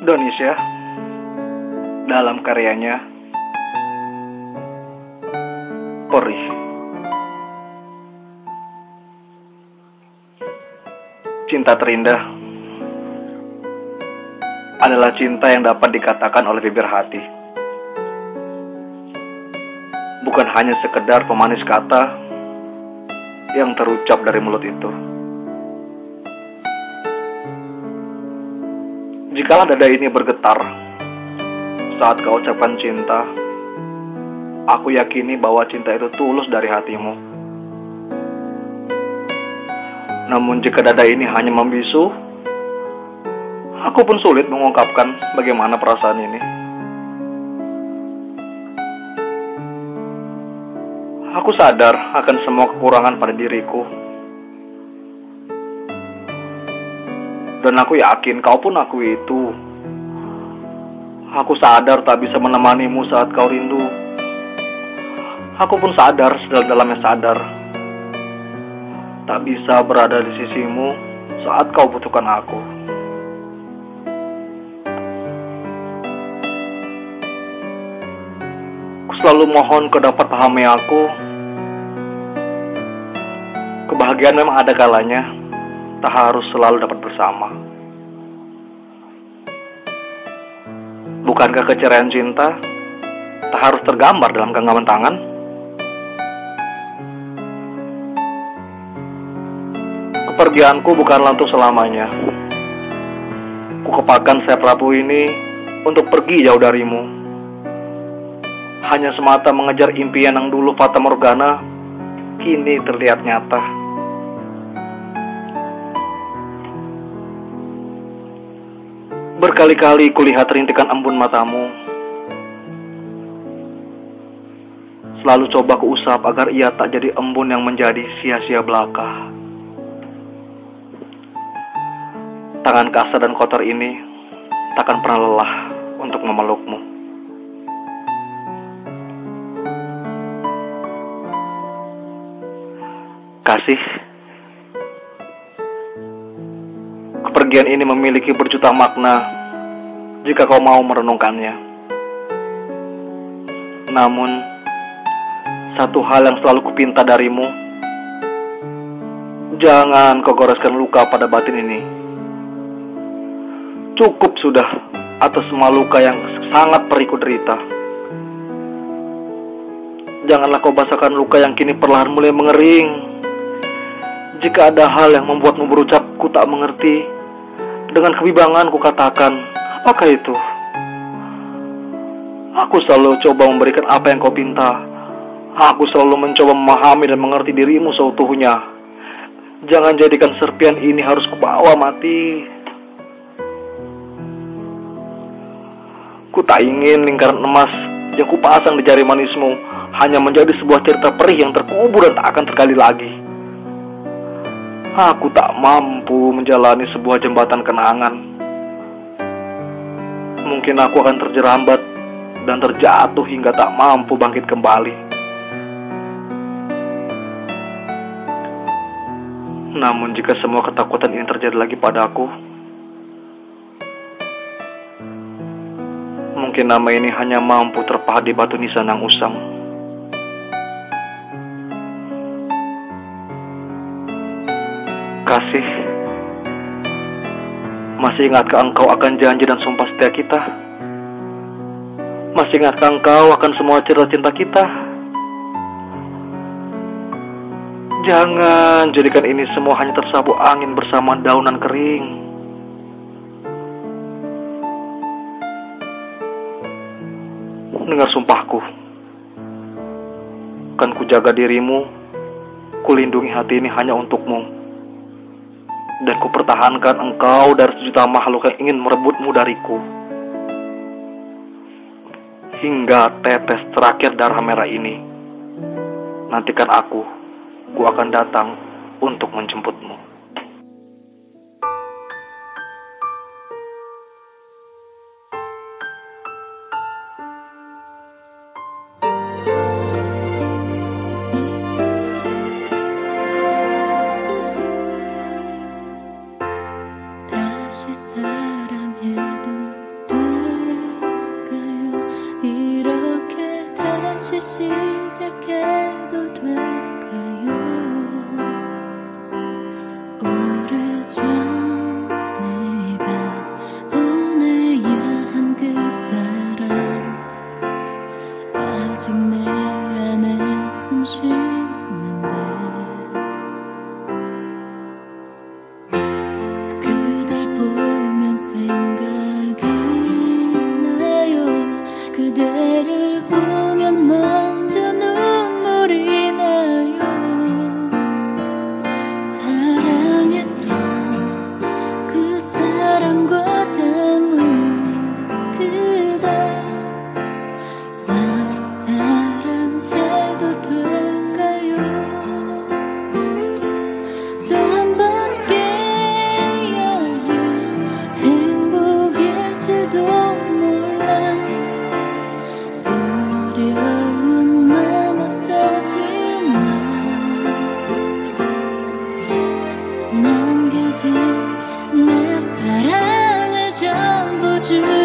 Indonesia dalam karyanya Perih. Cinta terindah adalah cinta yang dapat dikatakan oleh bibir hati, bukan hanya sekedar pemanis kata yang terucap dari mulut itu. Jikalau dada ini bergetar saat kau ucapkan cinta, aku yakini bahwa cinta itu tulus dari hatimu. Namun jika dada ini hanya membisu, aku pun sulit mengungkapkan bagaimana perasaan ini. Aku sadar akan semua kekurangan pada diriku, dan aku yakin kau pun akui itu. Aku sadar tak bisa menemanimu saat kau rindu. Aku pun sadar, sedalam-dalamnya sadar, tak bisa berada di sisimu saat kau butuhkan aku. Aku selalu mohon kau dapat pahami aku. Kebahagiaan memang ada kalanya, tak harus selalu dapat bersama. Bukankah keceriaan cinta tak harus tergambar dalam genggaman tangan? Kepergianku bukanlah untuk selamanya. Kukepakkan sayap Rabu ini untuk pergi jauh darimu, hanya semata mengejar impian yang dulu fata morgana kini terlihat nyata. Berkali-kali kulihat rintikan embun matamu, selalu coba kuusap agar ia tak jadi embun yang menjadi sia-sia belaka. Tangan kasar dan kotor ini takkan pernah lelah untuk memelukmu. Kasih, kepergian ini memiliki berjuta makna jika kau mau merenungkannya. Namun, satu hal yang selalu kupinta darimu, jangan kau goreskan luka pada batin ini. Cukup sudah atas semua luka yang sangat perih ku derita. Janganlah kau basahkan luka yang kini perlahan mulai mengering. Jika ada hal yang membuatmu berucap ku tak mengerti, dengan kebimbangan ku katakan, apakah itu? Aku selalu coba memberikan apa yang kau pinta. Aku selalu mencoba memahami dan mengerti dirimu seutuhnya. Jangan jadikan serpian ini harus kubawa mati. Ku tak ingin lingkaran emas yang kupasang di jari manismu hanya menjadi sebuah cerita perih yang terkubur dan tak akan tergali lagi. Aku tak mampu menjalani sebuah jembatan kenangan. Mungkin aku akan terjerambat dan terjatuh hingga tak mampu bangkit kembali. Namun jika semua ketakutan ini terjadi lagi padaku, mungkin nama ini hanya mampu terpahat di batu nisan yang usang. Kasih, masih ingatkah engkau akan janji dan sumpah setia kita? Masih ingatkah engkau akan semua cerita cinta kita? Jangan jadikan ini semua hanya tersapu angin bersama daunan kering. Dengar sumpahku, kan ku jaga dirimu, ku lindungi hati ini hanya untukmu, dan ku pertahankan engkau dari sejuta makhluk yang ingin merebutmu dariku. Hingga tetes terakhir darah merah ini, nantikan aku akan datang untuk menjemputmu. 다시 사랑해도 다시 시작해도 될까요? 오래전 내가 보내야 한 그 사람 아직 내 안에 숨 쉬는데 그댈 보면 생각이 나요. 그대를 보면 먼저 눈물이 나요. 사랑했던 그 사람과 닮은 그대 나 사랑해도 될까요? 또 한 번 깨어질 행복일지도 몰라. 두려운 맘 없어지마. 남겨진 내 사랑을 전부 주